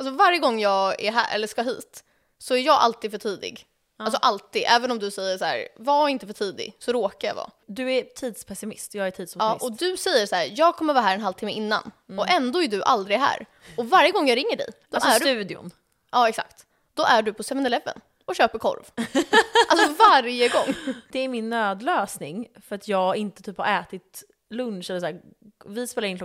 Alltså varje gång jag är här eller ska hit så är jag alltid för tidig. Alltså alltid, även om du säger så här, var inte för tidig, så råkar jag vara. Du är tidspessimist, jag är tidsoptimist. Ja, och du säger så här, jag kommer vara här en halvtimme innan. Och ändå är du aldrig här. Och varje gång jag ringer dig, då alltså är studion. Ja, exakt. Då är du på 7-Eleven och köper korv. Alltså varje gång. Det är min nödlösning för att jag inte typ har ätit lunch eller så här. Vi spelar in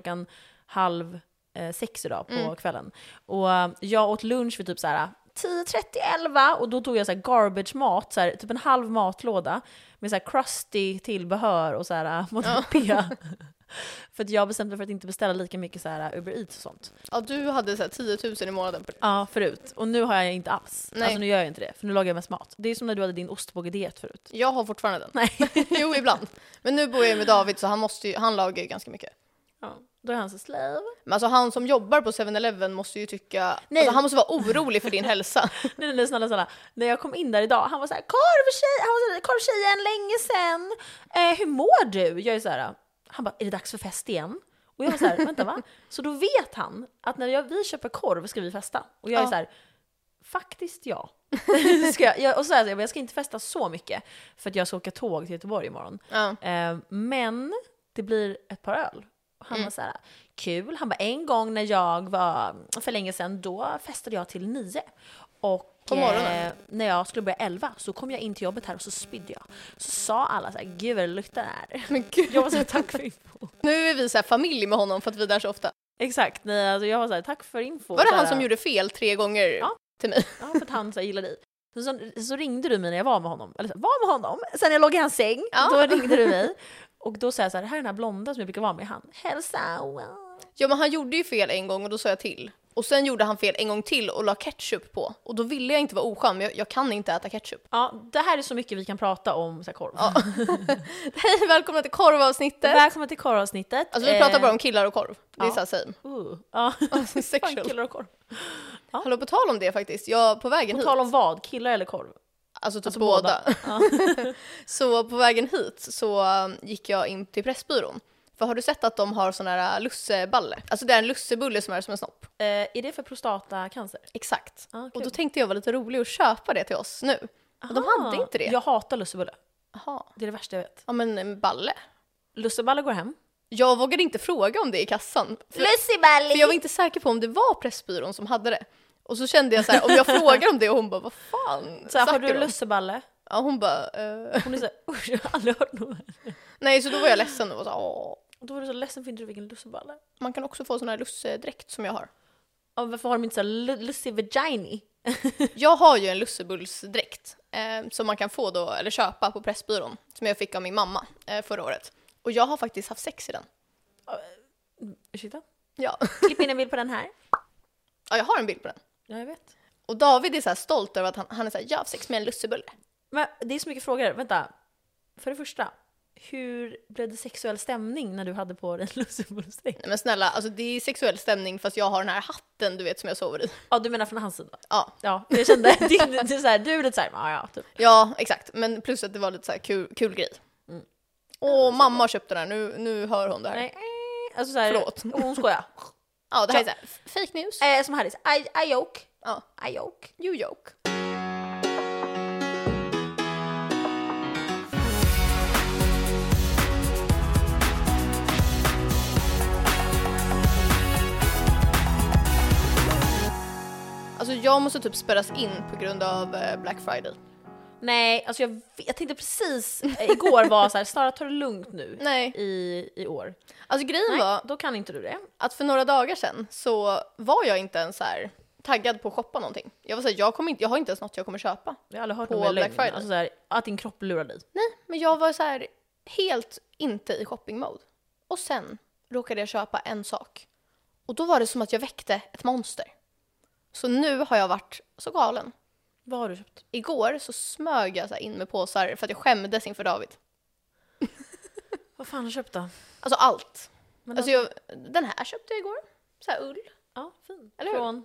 5:30 idag på kvällen. Och jag åt lunch vid typ så här 10:30-11 och då tog jag så här garbage mat, så här, typ en halv matlåda med så här crusty tillbehör och så här Monopia. För att jag bestämde för att inte beställa lika mycket så här Uber Eats och sånt. Ja, du hade så här 10 000 i månaden på det. Ja, förut. Och nu har jag inte alls. Nej. Alltså nu gör jag inte det, för nu lagar jag mest mat. Det är som när du hade din ostbågediet förut. Jag har fortfarande den. Nej. Jo, ibland. Men nu bor jag med David så han lagar ju ganska mycket. Ja, då är han så slave. Men alltså han som jobbar på 7-Eleven måste ju tycka... Nej. Alltså han måste vara orolig för din hälsa. Nej, snälla. När jag kom in där idag, han var så här, korvtjejen, länge sen. Hur mår du? Jag är så här, han bara, är det dags för fest igen? Och jag var så här, vänta va? Så då vet han att när vi köper korv ska vi festa. Och jag är så här, faktiskt ja. Och så här, jag ska inte festa så mycket för att jag ska åka tåg till Göteborg imorgon. Ja. Men det blir ett par öl. Han var så här, kul. Han bara, en gång när jag var för länge sedan, då festade jag till 9. Och på morgonen? När jag skulle börja 11 så kom jag in till jobbet här och så spydde jag. Så sa alla så här, gud vad det luktar här. Men gud. Jag var så här, tack för info. Nu är vi så här familj med honom för att vi är där så ofta. Exakt, nej, alltså jag var så här, tack för info. Var det så han här, som gjorde fel 3 gånger till mig? Ja, för att han så här, gillade dig. Så ringde du mig när jag var med honom. Eller så, var med honom. Sen när jag låg i hans säng, då ringde du mig. Och då sa jag så här, det här är den här blonda som jag brukar vara med. Han, hälsa. Ja, men han gjorde ju fel en gång och då sa jag till. Och sen gjorde han fel en gång till och la ketchup på. Och då ville jag inte vara oskön, men jag kan inte äta ketchup. Ja, det här är så mycket vi kan prata om så här, korv. Ja. Hej, välkomna till korvavsnittet. Välkomna till korvavsnittet. Alltså vi pratar bara om killar och korv. Det är så här same. Ja. Sexual. Fan, killar och korv. Ja. Hallå, på tal om det faktiskt. Jag på vägen på hit. tal om vad? Killar eller korv? Alltså typ Alltså båda. Ja. Så på vägen hit så gick jag in till Pressbyrån. För har du sett att de har sån här lusseballe? Alltså det är en lussebulle som är som en snopp. Är det för prostatacancer? Exakt. Ah, och då tänkte jag vara lite rolig och köpa det till oss nu. Och de hade inte det. Jag hatar lussebulle. Aha. Det är det värsta jag vet. Ja, men en balle. Lusseballe går hem. Jag vågade inte fråga om det i kassan. Lusseballe! För jag var inte säker på om det var Pressbyrån som hade det. Och så kände jag så här, om jag frågar om det och hon bara, vad fan? Så har du lusseballe? Ja, hon bara... Hon är så här, usch, jag har aldrig hört något. Nej, så då var jag ledsen och var så här, åh. Och då var du så ledsen för inte du fick en lusseballe. Man kan också få sån här lussedräkt som jag har. Ja, varför har de inte så här lussevagini? Jag har ju en lussebullsdräkt som man kan få då, eller köpa på Pressbyrån. Som jag fick av min mamma förra året. Och jag har faktiskt haft sex i den. Ursäkta? Ja. Klipp in en bild på den här. Ja, jag har en bild på den. Ja, jag vet. Och David är så här stolt över att han är så här, jag har haft sex med en lussebulle. Men det är så mycket frågor. Vänta. För det första, hur blev det sexuell stämning när du hade på den lussebullsdräkt? Nej men snälla, alltså det är sexuell stämning fast jag har den här hatten du vet som jag sover i. Ja, du menar från hans sida? Ja. Ja, jag kände det är så här, du är lite så här, ja, typ. Ja, exakt. Men plus att det var lite så här kul grej. Och mamma köpte den här, nu hör hon det här. Nej, alltså så här, förlåt. Hon skojar. Ja, det här är så här, fake news. Som Harris, I joke. Ja. I joke. You joke. Alltså jag måste typ spärras in på grund av Black Friday. Nej, alltså jag tänkte precis igår var så här, Sara, ta det lugnt nu. Nej. I år. Alltså grejen var då kan inte du det. att för några dagar sedan så var jag inte ens så här taggad på att shoppa någonting. Jag var så här, jag har inte ens något jag kommer köpa. Jag har aldrig hört på någon Black Friday. Alltså så här, att din kropp lurar dig. Nej, men jag var så här helt inte i shopping-mode. Och sen råkade jag köpa en sak. Och då var det som att jag väckte ett monster. Så nu har jag varit så galen. Vad har du köpt? Igår så smög jag så här in med påsar för att jag skämdes inför David. Vad fan har du köpt då? Alltså allt. Men Alltså den här köpte jag igår. Så här ull. Ja, fin. Eller hur? Från?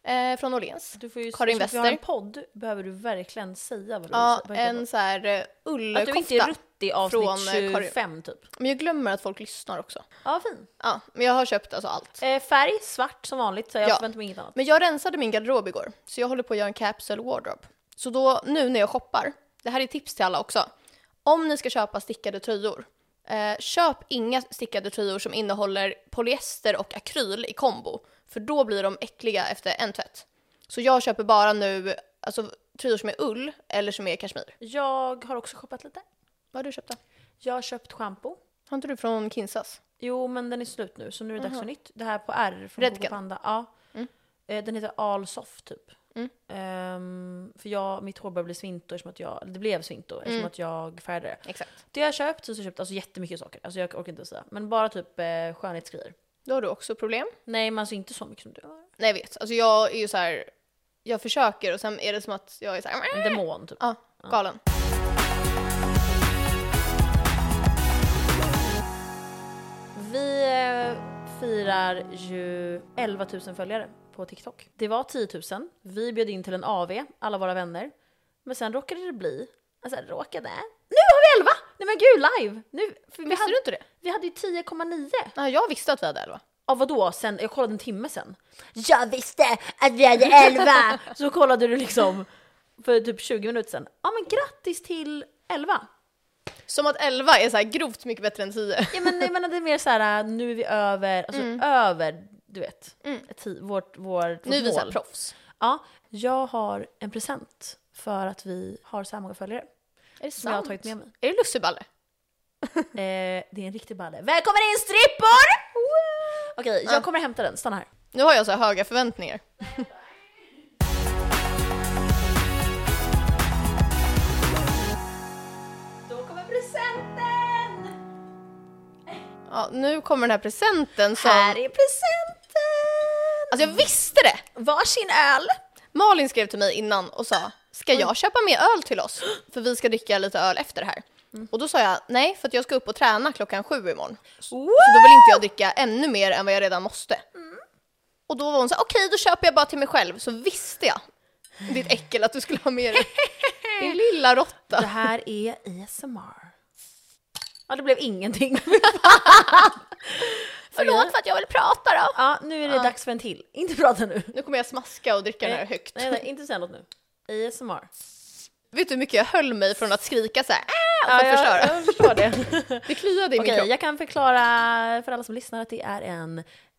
Från Åhléns. Du får ju, Karin eftersom vi har en Wester. podd behöver du verkligen säga vad du Ja, vad heter en det? så här Att du inte är ullkofta. ruttig avsnitt från, Karin. 25 typ. Men jag glömmer att folk lyssnar också. Ja, fin. Ja, men jag har köpt alltså allt. Färg, svart som vanligt, så jag Ja. förväntar mig inget annat. Men jag rensade min garderob igår, så jag håller på att göra en capsule wardrobe. Så då, nu när jag shoppar, det här är tips till alla också. Om ni ska köpa stickade tröjor, köp inga stickade tröjor som innehåller polyester och akryl i kombo. För då blir de äckliga efter en tvätt. Så jag köper bara nu alltså, tröjor som är ull eller som är kashmir. Jag har också shoppat lite. Vad har du köpt då? Jag har köpt shampoo. Har inte du från Kinsas? Jo, men den är slut nu, så nu är det dags för nytt. Det här på R från Redken. Coco Panda. Ja. Mm. Den heter All Soft typ. Mm. För mitt hår börjar bli svinto eftersom att det blev svinto eftersom att jag färgade det. Exakt. Det jag har köpt, så har jag köpt alltså jättemycket saker. Alltså jag orkar inte säga. Men bara typ skönhetsgrejer. Då har du också problem. Nej, men alltså inte så mycket som du har. Nej, jag vet. Alltså jag är ju så här. Jag försöker och sen är det som att jag är så här. En demon typ. Ja, galen. Vi firar ju 11 000 följare på TikTok. Det var 10 000. Vi bjöd in till en AV, alla våra vänner. Men sen råkade det bli... Alltså råkade... Nu har vi 11! Nej men gud, live! Nu, för Visste du inte det? Vi hade ju 10,9. Ja, jag visste att vi hade 11. Ja, vadå? Sen, jag kollade en timme sen. Jag visste att vi hade 11! Så kollade du liksom för typ 20 minuter sen. Ja, men grattis till 11! Som att 11 är så här grovt mycket bättre än 10. Ja, men det är mer så här, nu är vi över, alltså över, du vet, vårt Nu är vi så här mål. proffs. Ja, jag har en present för att vi har så här många följare. Är det Som jag har sant? tagit med mig. Är det lusseballe? Det är en riktig balle. Välkommen in strippor! Okej, jag kommer hämta den, stanna här. Nu har jag så här höga förväntningar. Då kommer presenten! Ja, nu kommer den här presenten som... Här är presenten! Alltså jag visste det! Varsin öl! Malin skrev till mig innan och sa, ska jag köpa mer öl till oss? För vi ska dricka lite öl efter det här. Och då sa jag, nej, för att jag ska upp och träna 7:00 imorgon. Så då vill inte jag dricka ännu mer än vad jag redan måste. Och då var hon så okej, då köper jag bara till mig själv. Så visste jag, ditt äckel, att du skulle ha med dig. Din lilla råtta. Det här är ASMR. Ja, det blev ingenting. Förlåt för att jag vill prata då. Ja, nu är det dags för en till. Inte prata nu. Nu kommer jag smaska och dricka den här högt. Nej, inte säga något nu. ASMR. Vet du hur mycket jag höll mig från att skrika så här för att förstöra? Jag förstår det. Det kliade i min Okej, kropp. jag kan förklara för alla som lyssnar att det är en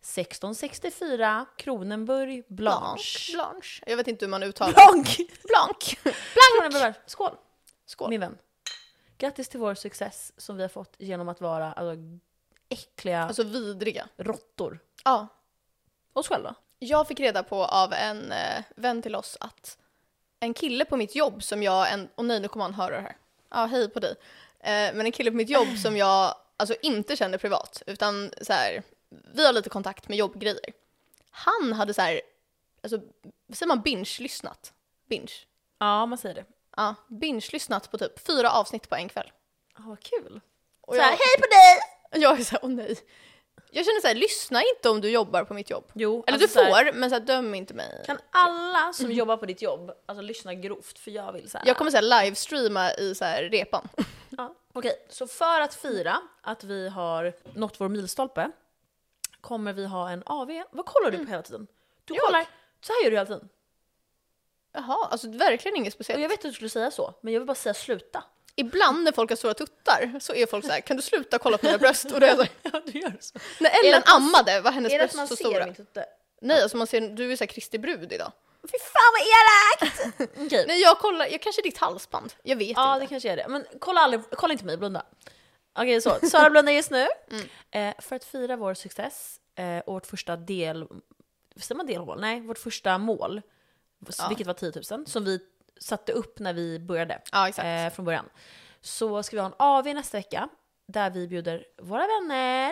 1664 Kronenburg Blanche. Blanche. Jag vet inte hur man uttalar. Blanc! Blanc. Kronenburg. Skål! Skål. Min vän. Grattis till vår success som vi har fått genom att vara äckliga Alltså vidriga. råttor. Ja. Oss själva. Jag fick reda på av en vän till oss att en kille på mitt jobb som jag... Och nej, nu kommer han höra det här. Ja, hej på dig. Men en kille på mitt jobb som jag alltså inte känner privat. Utan så här, vi har lite kontakt med jobbgrejer. Han hade så här... Alltså, säger man binge-lyssnat? Binge. Ja, man säger det. Ja, binge-lyssnat på typ 4 avsnitt på en kväll. Vad kul. Och Så här, jag, hej på dig! jag är så här, åh nej. Jag känner så här, lyssna inte om du jobbar på mitt jobb. Jo, Eller alltså du så här, får, men så här, döm inte mig. kan alla som jobbar på ditt jobb alltså lyssna grovt, för jag vill så här. Jag kommer så här livestreama i så här repan. Ja. Okej, så för att fira att vi har nått vår milstolpe kommer vi ha en AV. Vad kollar du på hela tiden? Du Jag? kollar, så här gör du hela tiden. Jaha, alltså verkligen inget Och speciellt. jag vet att du skulle säga så, men jag vill bara säga sluta. Ibland när folk har stora tuttar så är folk så här, kan du sluta kolla på mina bröst? Och då är jag så här, Ja, du gör så. när Är det Ellen att man- ammade var hennes Är det att bröst man så ser stora. min tutte? Nej, alltså man ser, du är så här Kristi brud idag. Fy fan vad elakt! Okej. Nej, jag kanske ditt halsband. Jag vet Ja, inte. det kanske är det. Men kolla inte mig, blunda. Okej, så. Sara blundar just nu. För att fira vår success och vårt första säger man delmål? Nej, vårt första mål, vilket var 10 000, som vi satte upp när vi började Ja, exakt. från början. Så ska vi ha en AV nästa vecka där vi bjuder våra vänner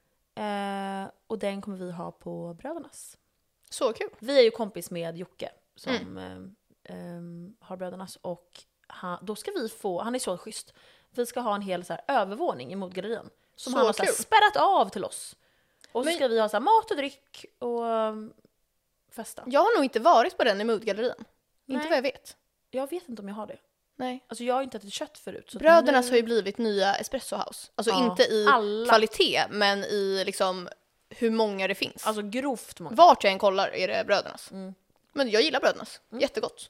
och den kommer vi ha på Brödernas. Så kul. Vi är ju kompis med Jocke som har Brödernas och då ska vi få, han är så schysst, vi ska ha en hel så här övervåning i modgallerian som Så han har så här kul. spärrat av till oss. Och så Men- ska vi ha så här mat och dryck och festa. Jag har nog inte varit på den i Moodgallerian. Nej. Inte vad jag vet. Jag vet inte om jag har det. Nej. Alltså jag har inte ätit kött förut. Så Brödernas har ju blivit nya Espresso House. Alltså inte i kvalitet, men i liksom hur många det finns. Alltså grovt många. Vart jag än kollar är det Brödernas. Men jag gillar Brödernas. Jättegott.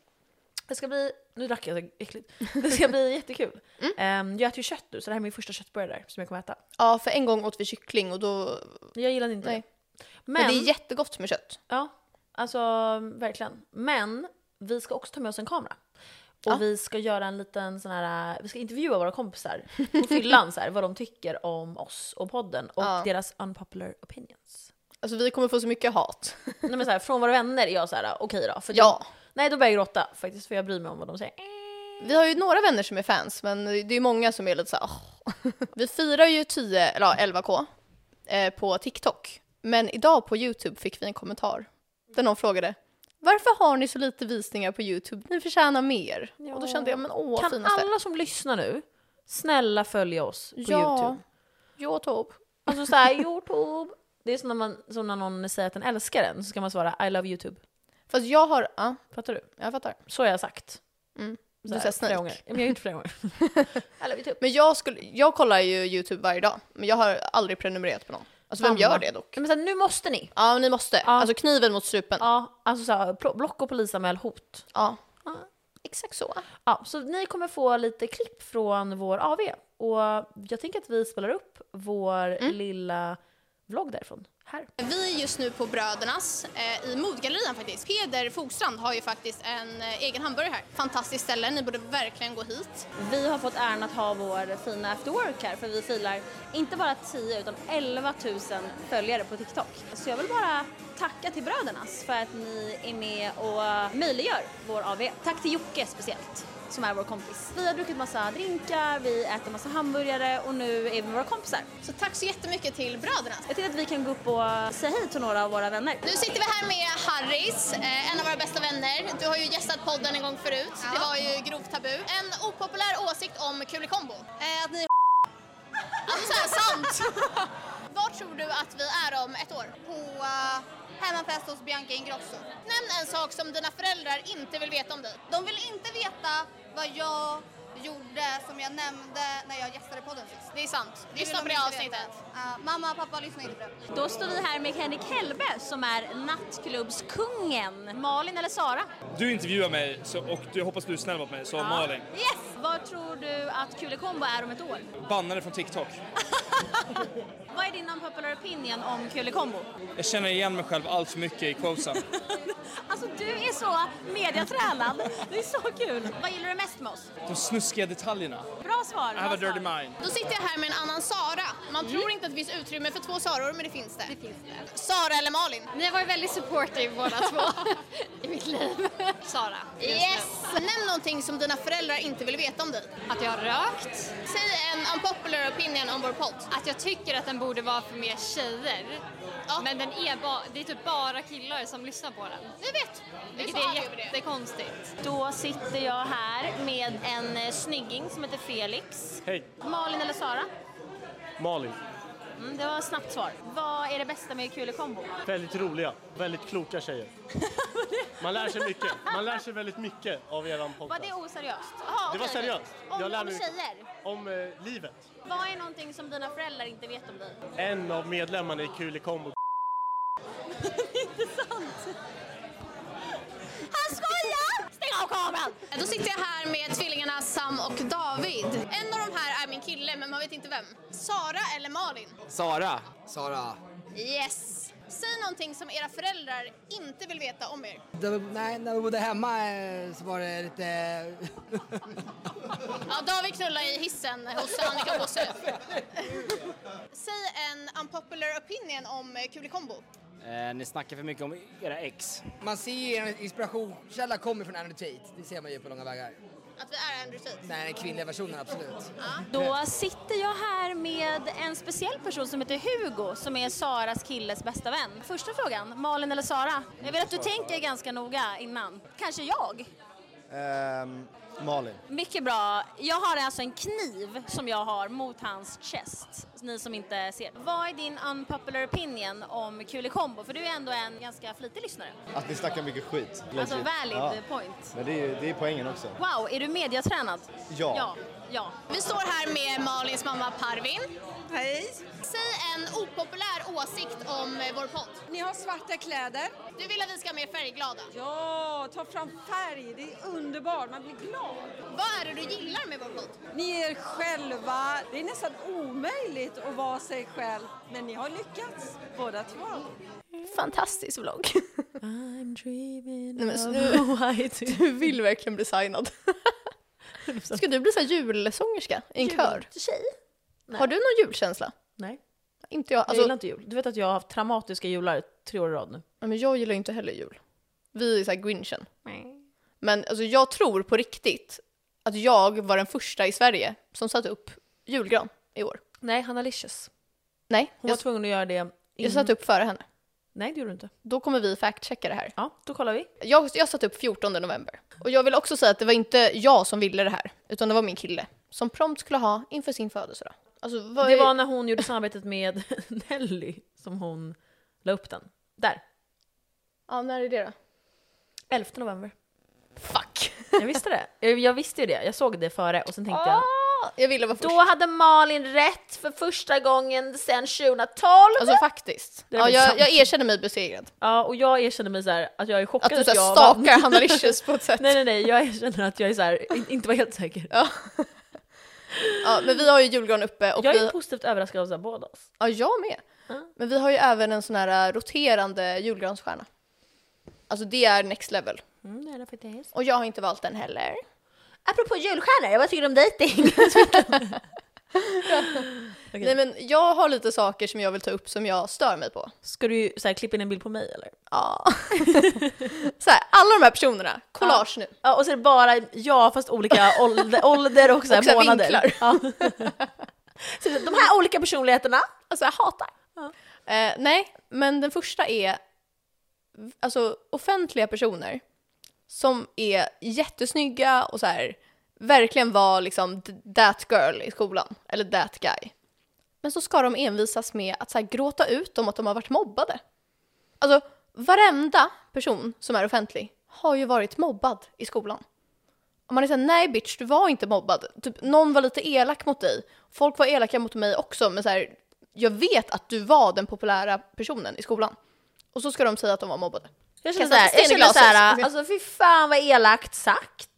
Det ska bli, nu drack jag så äckligt. Det ska bli jättekul. Jag äter ju kött nu, så det här är min första köttburgare där som jag kommer äta. Ja, för en gång åt vi kyckling och då... Jag gillade inte Nej. det. Men det är jättegott med kött. Ja, alltså verkligen. Men vi ska också ta med oss en kamera. Och vi ska göra en liten sån här, vi ska intervjua våra kompisar på fyllan så här, vad de tycker om oss och podden och deras unpopular opinions. Alltså vi kommer få så mycket hat. Nej men så här, från våra vänner är jag så här, okej då. För nej, då börjar jag gråta faktiskt, för jag bryr mig om vad de säger. Vi har ju några vänner som är fans, men det är många som är lite så här. Vi firar ju 11K på TikTok. Men idag på YouTube fick vi en kommentar där någon frågade: varför har ni så lite visningar på YouTube? Ni förtjänar mer. Ja. Och då kände jag, men kan finaste. Alla som lyssnar nu snälla följa oss på YouTube? YouTube. Alltså så här, YouTube. Det är som när någon säger att den älskar den, så ska man svara I love YouTube. Fast jag har... Ja, fattar du? Jag fattar. Så har jag sagt. Du säger flera gånger. Men jag har inte flera gånger. I love YouTube. Men jag kollar ju YouTube varje dag. Men jag har aldrig prenumererat på någon. Alltså vem gör det dock? Men så här, nu måste ni. Ja, ni måste. Ja. Alltså kniven mot strupen. Ja, alltså så här, block och polisanmäl hot. Ja. Exakt så. Ja, så ni kommer få lite klipp från vår AV. Och jag tänker att vi spelar upp vår lilla vlogg därifrån här. Vi är just nu på Brödernas i Moodgallerian faktiskt. Peder Fogstrand har ju faktiskt en egen hamburgare här. Fantastiskt ställe, ni borde verkligen gå hit. Vi har fått äran att ha vår fina after work här, för vi filar inte bara 10 utan 11 000 följare på TikTok. Så jag vill bara tacka till Brödernas för att ni är med och möjliggör vår AV. Tack till Jocke speciellt, som är vår kompis. Vi har druckit massa drinkar, vi äter massa hamburgare och nu är vi med våra kompisar. Så tack så jättemycket till Brödernas. Jag tänkte att vi kan gå upp och säga hej till några av våra vänner. Nu sitter vi här med Harris, en av våra bästa vänner. Du har ju gästat podden en gång förut. Ja. Det var ju grovt tabu. En opopulär åsikt om Kulikombo. Att ni alltså är sant. Var tror du att vi är om ett år? På hemmafest hos Bianca Ingrosso. Nämn en sak som dina föräldrar inte vill veta om dig. De vill inte veta vad jag gjorde som jag nämnde när jag gästade podden sist. Det är sant. Lyssna på det avsnittet. Mamma och pappa lyssnar inte på det. Då står vi här med Henrik Hellbe som är nattklubbskungen. Malin eller Sara? Du intervjuar mig och jag hoppas du är snäll mot mig, så Malin. Yes! Vad tror du att Kulikombo är om ett år? Bannade från TikTok. Vad är din unpopular opinion om Kulikombo? Jag känner igen mig själv allt för mycket i quotesen. Alltså du är så mediatränad. Det är så kul. Vad gillar du mest med oss? De snuskiga detaljerna. Bra svar. I have a dirty mind. Då sitter jag här med en annan Sara. Man tror inte att det finns utrymme för 2 Saror, men det finns det. Det finns det. Sara eller Malin? Ni har varit väldigt supportive båda två i mitt liv. Sara. Yes! Nämn någonting som dina föräldrar inte vill veta om dig. Att jag har rökt. Säg en unpopular opinion om vår podd. Att jag tycker att den borde vara för mer tjejer. Ja. Men det är typ bara killar som lyssnar på den. Jag vet. Vilket sa är vi över det. jättekonstigt. Då sitter jag här med en snygging som heter Felix. Hej, Malin eller Sara? Malin. Det var ett snabbt svar. Vad är det bästa med Kulikombo? Väldigt roliga, väldigt kloka tjejer. Man lär sig mycket. Man lär sig väldigt mycket av eran podcast. Var det oseriöst? Aha, Det var okej. seriöst. Om Jag lär mig tjejer? om livet. Vad är någonting som dina föräldrar inte vet om dig? En av medlemmarna i Kulikombo. Han skojar! Stäng av kameran! Då sitter jag här med tvillingarna Sam och David. En av de här är min kille, men man vet inte vem. Sara eller Malin? Sara. Yes! Säg någonting som era föräldrar inte vill veta om er. När vi bodde hemma så var det lite... Ja, David knullar i hissen hos Annika och Bosse. Säg en unpopular opinion om Kulikombo. Ni snackar för mycket om era ex. Man ser ju en inspirationskälla kommer från Andrew Tate. Det ser man ju på långa vägar. Att vi är Andrew Tate. Nej, den kvinnliga versionen, absolut. Då sitter jag här med en speciell person som heter Hugo, som är Saras killes bästa vän. Första frågan, Malin eller Sara? Jag vill att du tänker ganska noga innan. Kanske jag? Malin. Mycket bra. Jag har alltså en kniv som jag har mot hans chest. Ni som inte ser. Vad är din unpopular opinion om Kul Combo? För du är ändå en ganska flitig lyssnare. Att ni snackar mycket skit. Alltså Legit. valid point. Men det är poängen också. Wow, är du mediatränad? Ja. Ja. Vi står här med Malins mamma Parvin. Hej! Säg en opopulär åsikt om vår podd. Ni har svarta kläder. Du vill att vi ska vara mer färgglada. Ja, ta fram färg. Det är underbart. Man blir glad. Vad är det du gillar med vår podd? Ni är själva. Det är nästan omöjligt att vara sig själv. Men ni har lyckats, båda två. Fantastisk vlogg. I'm dreaming Nej, men of white. Du vill verkligen bli signad. Ska du bli så här julsångerska i en kör? Tjej? Har du någon julkänsla? Nej. Inte jag. Jag Alltså, gillar inte jul. Du vet att jag har haft traumatiska jular 3 år i rad nu. men jag gillar inte heller jul. Vi är så här grinchen. Men alltså, jag tror på riktigt att jag var den första i Sverige som satte upp julgran i år. Nej, Hanna Licious. Nej, Hon var tvungen att göra det. jag satte upp före henne. Nej, det gjorde du inte. Då kommer vi fact-checka det här. Ja, då kollar vi. Jag satte upp 14 november. Och jag vill också säga att det var inte jag som ville det här, utan det var min kille som prompt skulle ha inför sin födelsedag. Alltså, Det var när hon gjorde samarbetet med Nelly som hon la upp den. Där. Ja, när är det då? 11 november. Fuck! Jag visste det. Jag visste ju det. Jag såg det före och sen tänkte jag... Jag ville vara först. Då hade Malin rätt för första gången sedan 2012. Alltså faktiskt. Det är Ja, väl jag sant. erkänner mig besegrad. Ja, och jag erkänner mig så här att jag är chockad Att du så jag här vann. stakar Hanna Licious på ett sätt. Nej, jag erkänner att jag är så här, inte var helt säker. Ja. Ja, men vi har ju julgran uppe. Och Jag är vi... positivt överraskad av så här båda oss. Ja, jag med. Ja. Men vi har ju även en sån här roterande julgransstjärna. Alltså det är next level. Det är det faktiskt. Och jag har inte valt den heller. Apropå julstjärnor, jag tycker om dejting. Okay. Nej, men jag har lite saker som jag vill ta upp som jag stör mig på. Ska du så här, klippa in en bild på mig eller? Ja. Så här, alla de här personerna, collage nu. Ja, och så är det bara jag fast olika ålder och så här Och så här månader. vinklar. Ja. Så de här olika personligheterna. Alltså jag hatar. Ja. Nej, men den första är alltså offentliga personer som är jättesnygga och så här verkligen var liksom that girl i skolan eller that guy. Men så ska de envisas med att så här gråta ut om att de har varit mobbade. Alltså varenda person som är offentlig har ju varit mobbad i skolan. Och man är såhär, nej bitch, du var inte mobbad. Typ, någon var lite elak mot dig. Folk var elaka mot mig också, men så här, jag vet att du var den populära personen i skolan. Och så ska de säga att de var mobbade. Jag känner såhär, alltså fy fan vad elakt sagt.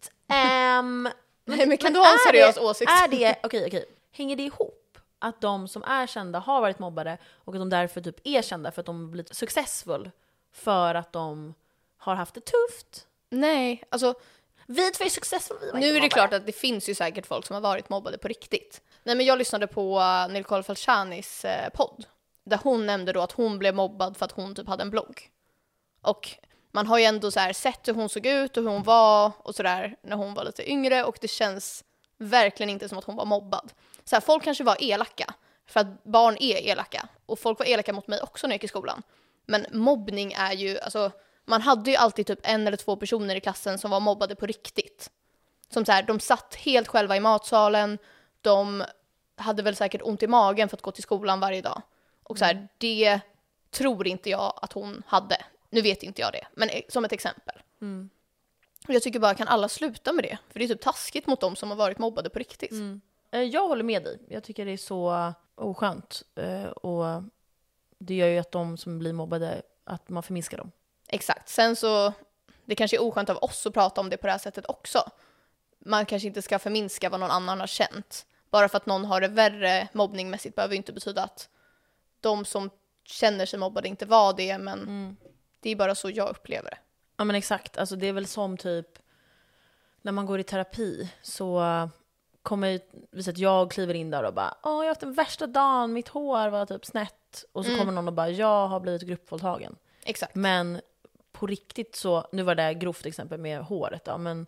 Nej, men kan du ha en seriös åsikt? Är det, okej. Hänger det ihop att de som är kända har varit mobbade och att de därför typ är kända för att de har blivit successful för att de har haft det tufft? Nej, alltså vi två är successful. Nu är det klart att det finns ju säkert folk som har varit mobbade på riktigt. Nej, men jag lyssnade på Nicole Falcianis podd där hon nämnde då att hon blev mobbad för att hon typ hade en blogg. Och man har ju ändå så här sett hur hon såg ut och hur hon var och sådär när hon var lite yngre, och det känns verkligen inte som att hon var mobbad. Så här, folk kanske var elaka för att barn är elaka, och folk var elaka mot mig också när jag gick i skolan. Men mobbning är ju, alltså man hade ju alltid typ 1 eller 2 personer i klassen som var mobbade på riktigt. Som så här, de satt helt själva i matsalen, de hade väl säkert ont i magen för att gå till skolan varje dag. Och så här, det tror inte jag att hon hade. Nu vet inte jag det, men som ett exempel. Mm. Och jag tycker bara, kan alla sluta med det? För det är typ taskigt mot dem som har varit mobbade på riktigt. Mm. Jag håller med dig. Jag tycker det är så oskönt. Och det gör ju att de som blir mobbade, att man förminskar dem. Exakt. Sen så, det kanske är oskönt av oss att prata om det på det här sättet också. Man kanske inte ska förminska vad någon annan har känt. Bara för att någon har det värre mobbningmässigt behöver inte betyda att de som känner sig mobbade inte var det, men det är bara så jag upplever det. Ja, men exakt. Alltså det är väl som typ när man går i terapi så kommer att jag kliver in där och bara, jag har haft den värsta dagen, mitt hår var typ snett, och så kommer någon och bara, jag har blivit gruppvåldtagen. Exakt. Men på riktigt så, nu var det grovt exempel med håret då, men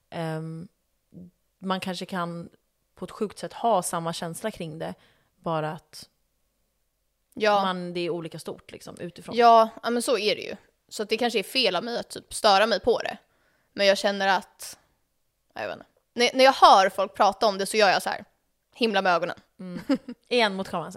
man kanske kan på ett sjukt sätt ha samma känsla kring det, bara att det är olika stort liksom utifrån. Ja, men så är det ju. Så att det kanske är fel av mig att typ störa mig på det. Men jag känner att, jag vet inte. När jag hör folk prata om det så gör jag så här. Himla med ögonen. En mot kameran så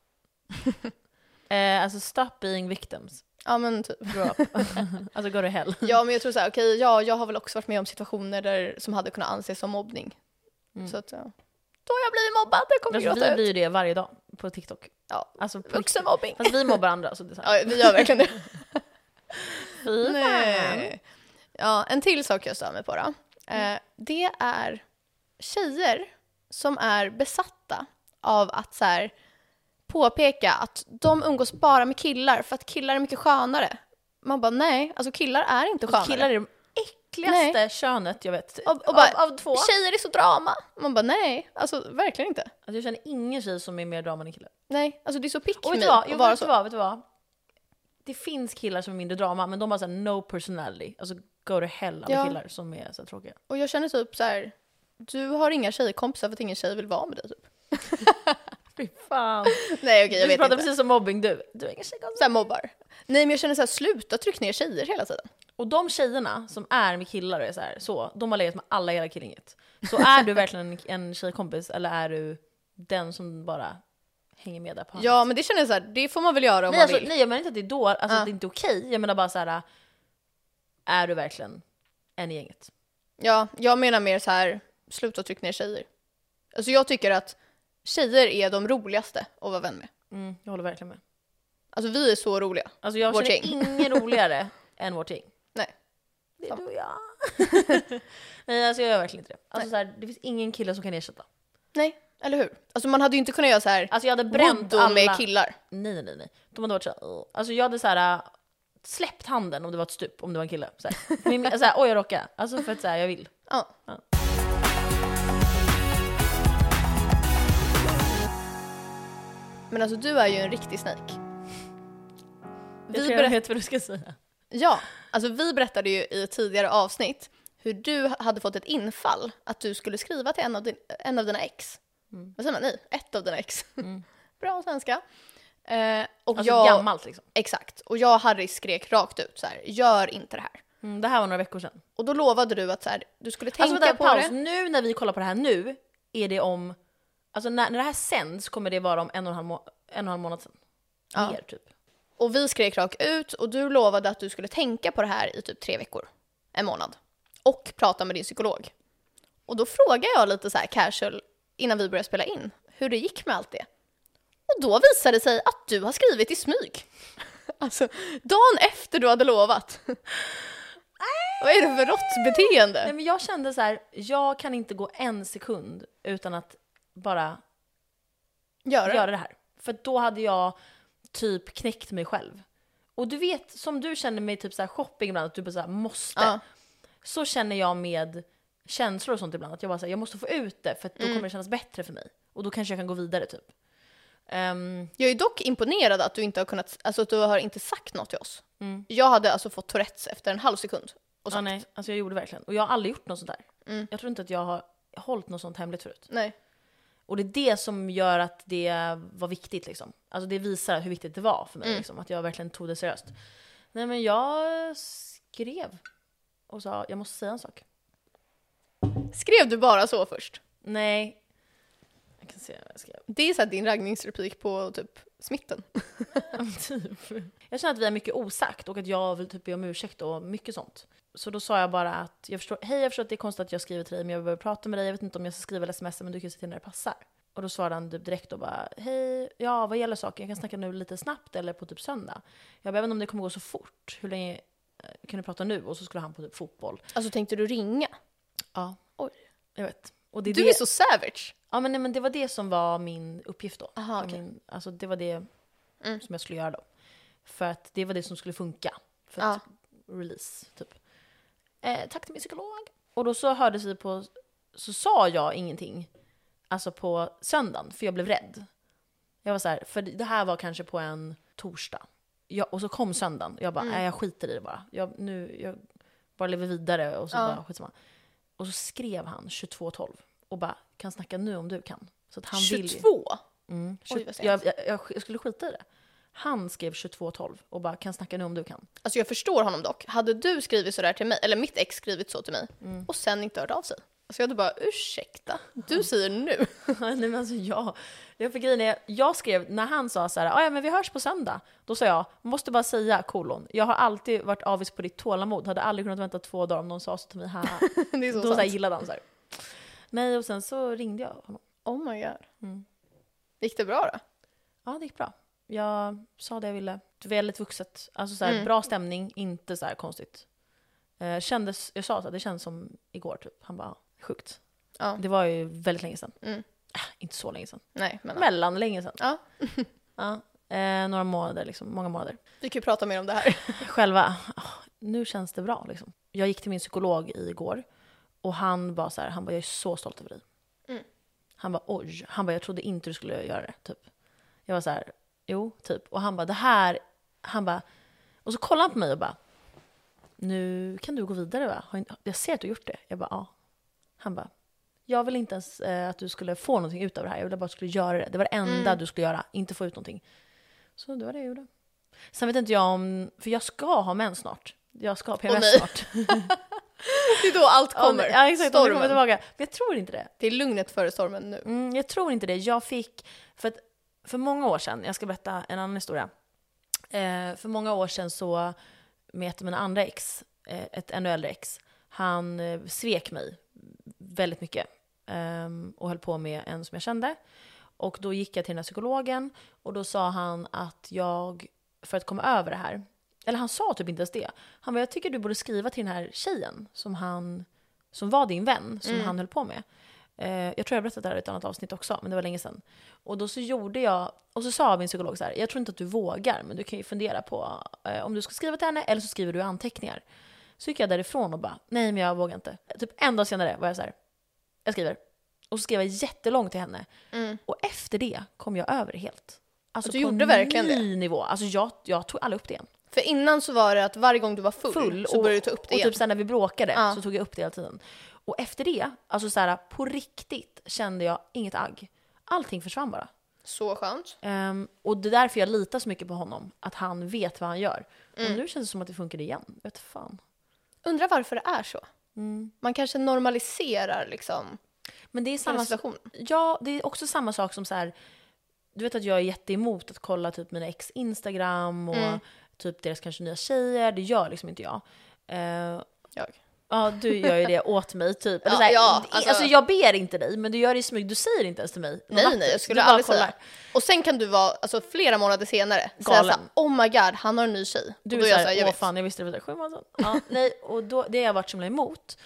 här. Alltså stop being victims. Ja men typ. Grow up. Alltså go to hell. Ja men jag tror så här, okej, jag har väl också varit med om situationer som hade kunnat anses som mobbning. Så att, då har jag blivit mobbad, det kommer Alltså, gråta vi ut. blir ju det varje dag på TikTok. Ja, Alltså, vuxenmobbing. Fast vi mobbar andra. Så det är så här. Ja, vi gör verkligen det. Fy fan. Nej. Ja, en till sak jag stör mig på då. Det är tjejer som är besatta av att så här, påpeka att de umgås bara med killar för att killar är mycket skönare. Man bara nej, alltså killar är inte skönare. Killar är det äckligaste könet jag vet. Och bara, av två. Tjejer är så drama. Man bara nej, alltså verkligen inte. Alltså, jag känner ingen tjej som är mer drama än killar. Nej, alltså det är så pick Och vet me du vad? att Jo, vara vet så. du vad? Det finns killar som är mindre drama, men de har så här no personality. Alltså go to hell alla killar som är så tråkiga. Och jag känner typ så här, du har inga tjejkompisar för att ingen tjej vill vara med dig typ. Fy fan. Nej okej, jag Du vet pratar inte. precis som mobbing du. Du har ingen tjejkompisar. Så här mobbar. Nej men jag känner så här, sluta tryck ner tjejer hela tiden. Och de tjejerna som är med killar och är så, de har legat med alla i hela killinget. Så är du verkligen en tjejkompis eller är du den som bara hänger med där på handen? Ja men det känner jag så här, det får man väl göra om Nej, man alltså, vill. nej jag menar inte att det är då, alltså att det inte är okej. Jag menar bara så här, är du verkligen en i gänget? Ja, jag menar mer så här, sluta tryck ner tjejer. Alltså jag tycker att tjejer är de roligaste att vara vän med. Jag håller verkligen med. Alltså vi är så roliga. Alltså jag Vårt känner gäng. ingen roligare än vårt gäng. Nej. Det är du och jag. Nej, alltså jag gör verkligen inte det. Alltså så här, det finns ingen kille som kan ersätta. Nej, eller hur? Alltså man hade ju inte kunnat göra så här. Alltså jag hade bränt Voodoo alla med killar. Nej. De hade varit så här, alltså jag hade så här släppt handen om det var ett stup, om det var en kille. Så här. Så här, oj jag råkade. Alltså för att så här, jag vill. Ja. Men alltså du är ju en riktig snake. Jag tror jag vet vad du ska säga. Ja, alltså vi berättade ju i ett tidigare avsnitt hur du hade fått ett infall att du skulle skriva till en av dina ex. Vad säger man? Nej, ett av dina ex. Bra svenska. Och Alltså gammalt liksom. Exakt. Och jag och Harry skrek rakt ut så här, gör inte det här. Det här var några veckor sedan. Och då lovade du att så här, du skulle tänka Alltså på paus. det. Nu när vi kollar på det här nu är det om, alltså när det här sänds kommer det vara om en och en halv månad sedan. Ja. Mer typ. Och vi skrek rakt ut och du lovade att du skulle tänka på det här i typ 3 veckor. En månad. Och prata med din psykolog. Och då frågade jag lite så här casual innan vi började spela in hur det gick med allt det. Och då visade det sig att du har skrivit i smyg. Alltså, dagen efter du hade lovat. Vad är det för råttbeteende? Nej, men jag kände så här, jag kan inte gå en sekund utan att bara göra det här. För då hade jag typ knäckt mig själv. Och du vet, som du känner mig typ så här shopping ibland, att du bara så här måste. Ja. Så känner jag med känslor och sånt ibland, att jag bara så här, jag måste få ut det för att då kommer det kännas bättre för mig. Och då kanske jag kan gå vidare typ. Jag är dock imponerad att du inte har kunnat, alltså att du har inte sagt något till oss. Jag hade alltså fått Tourettes efter en halv sekund. Och sagt. Nej, alltså jag gjorde verkligen. Och jag har aldrig gjort något sånt där. Jag tror inte att jag har hållit något sånt hemligt förut. Nej. Och det är det som gör att det var viktigt liksom. Alltså det visar hur viktigt det var för mig liksom, att jag verkligen tog det seriöst. Nej men jag skrev och sa, jag måste säga en sak. Skrev du bara så först? Nej. Jag kan se vad jag skrev. Det är så här din raggningsreplik på typ smitten. Typ. Jag känner att vi är mycket osagt och att jag vill typ be om ursäkt och mycket sånt. Så då sa jag bara att jag förstår att det är konstigt att jag skriver till dig, men jag behöver prata med dig. Jag vet inte om jag ska skriva eller smsa, men du kan se till när det passar. Och då svarade han typ direkt och bara, hej, ja vad gäller saken? Jag kan snacka nu lite snabbt eller på typ söndag. Jag bara, även om det kommer gå så fort, hur länge kan du prata nu? Och så skulle han på typ fotboll. Alltså tänkte du ringa? Ja. Oj. Jag vet. Och det är du är så savage. Ja men, nej, men det var det som var min uppgift då. Aha, okay. Alltså det var det som jag skulle göra då. För att det var det som skulle funka. För att release typ. Tack till min psykolog. Och då så hördes vi på, så sa jag ingenting. Alltså på söndagen, för jag blev rädd. Jag var så här, för det här var kanske på en torsdag. Och så kom söndagen. Jag bara, nej jag skiter i det bara. Jag bara lever vidare och så bara skitsamma. Och så skrev han 22:12 och bara, kan snacka nu om du kan. Så att han 22? Oj, jag skulle skita i det. Han skrev 22:12 och bara, kan snacka nu om du kan. Alltså jag förstår honom dock. Hade du skrivit så där till mig, eller mitt ex skrivit så till mig, och sen inte hört av sig. Så jag hade bara, ursäkta, du säger nu. Nej men alltså jag för grejen är, jag skrev när han sa så här, ja men vi hörs på söndag. Då sa jag, måste bara säga kolon. Jag har alltid varit avis på ditt tålamod. Hade aldrig kunnat vänta 2 dagar om någon sa så till mig här. Det är så då sant. så här, gillade han så här. Nej, och sen så ringde jag honom. Oh my god. Mm. Gick det bra då? Ja, det gick bra. Jag sa det jag ville. Väldigt vuxet. Alltså så här, bra stämning, inte så här konstigt. Jag sa att det kändes som igår typ. Han bara, sjukt. Ja. Det var ju väldigt länge sedan. Inte så länge sedan. Nej, men Mellan länge sedan. ja. Ja. Några månader liksom, många månader. Vi kan ju prata mer om det här. Själva, nu känns det bra liksom. Jag gick till min psykolog igår och han bara så här, jag är så stolt över dig. Han bara, oj. Han bara, jag trodde inte du skulle göra det, typ. Jag var så här, jo, typ. Och han bara, det här, och så kollade han på mig och bara, nu kan du gå vidare va? Jag ser att du har gjort det. Jag bara, ja. Han bara, jag vill inte ens att du skulle få någonting ut av det här. Jag ville bara att du skulle göra det. Det var det enda du skulle göra, inte få ut någonting. Så det var det jag gjorde. Sen vet inte jag om, för jag ska ha mens snart. Jag ska ha PMS snart. Det är då allt kommer. Ja, exakt. Stormen. Kommer tillbaka. Men jag tror inte det. Det är lugnet före stormen nu. Jag tror inte det. Jag fick, för många år sedan, jag ska berätta en annan historia. För många år sedan så med ett av mina andra ex, ett ännu äldre ex, han svek mig väldigt mycket och höll på med en som jag kände. Och då gick jag till den här psykologen och då sa han att jag, för att komma över det här, eller han sa typ inte ens det. Han bara, jag tycker du borde skriva till den här tjejen som var din vän, som han höll på med. Jag tror jag berättade det här i ett annat avsnitt också, men det var länge sedan. Och då så gjorde jag, och så sa min psykolog så här, jag tror inte att du vågar, men du kan ju fundera på om du ska skriva till henne eller så skriver du anteckningar. Så gick jag därifrån och bara, nej men jag vågar inte. Typ en dag senare var jag så här, jag skriver. Och så skrev jag jättelångt till henne. Och efter det kom jag över det helt. Alltså du gjorde verkligen ny nivå. Alltså jag tog alla upp det igen. För innan så var det att varje gång du var full så började du ta upp det igen. Och typ sen när vi bråkade så tog jag upp det hela tiden. Och efter det, alltså så här, på riktigt kände jag inget agg. Allting försvann bara. Så skönt. Och det är därför jag litar så mycket på honom. Att han vet vad han gör. Och nu känns det som att det funkar igen. Vet fan. Undrar varför det är så. Man kanske normaliserar liksom. Men det är samma situation. Ja, det är också samma sak som så här. Du vet att jag är jätteemot att kolla typ mina ex Instagram och typ deras kanske nya tjejer. Det gör liksom inte jag. Jag. Ja, du gör ju det åt mig typ. Eller så här, alltså jag ber inte dig, men du gör det i smyg. Du säger inte ens till mig. Nej, jag skulle aldrig säga. Och sen kan du vara, alltså flera månader senare, säga såhär, oh my god, han har en ny tjej. Du är såhär, åh fan, jag visste det var 7 månader sedan. Ja, nej, och då, det har jag varit som emot.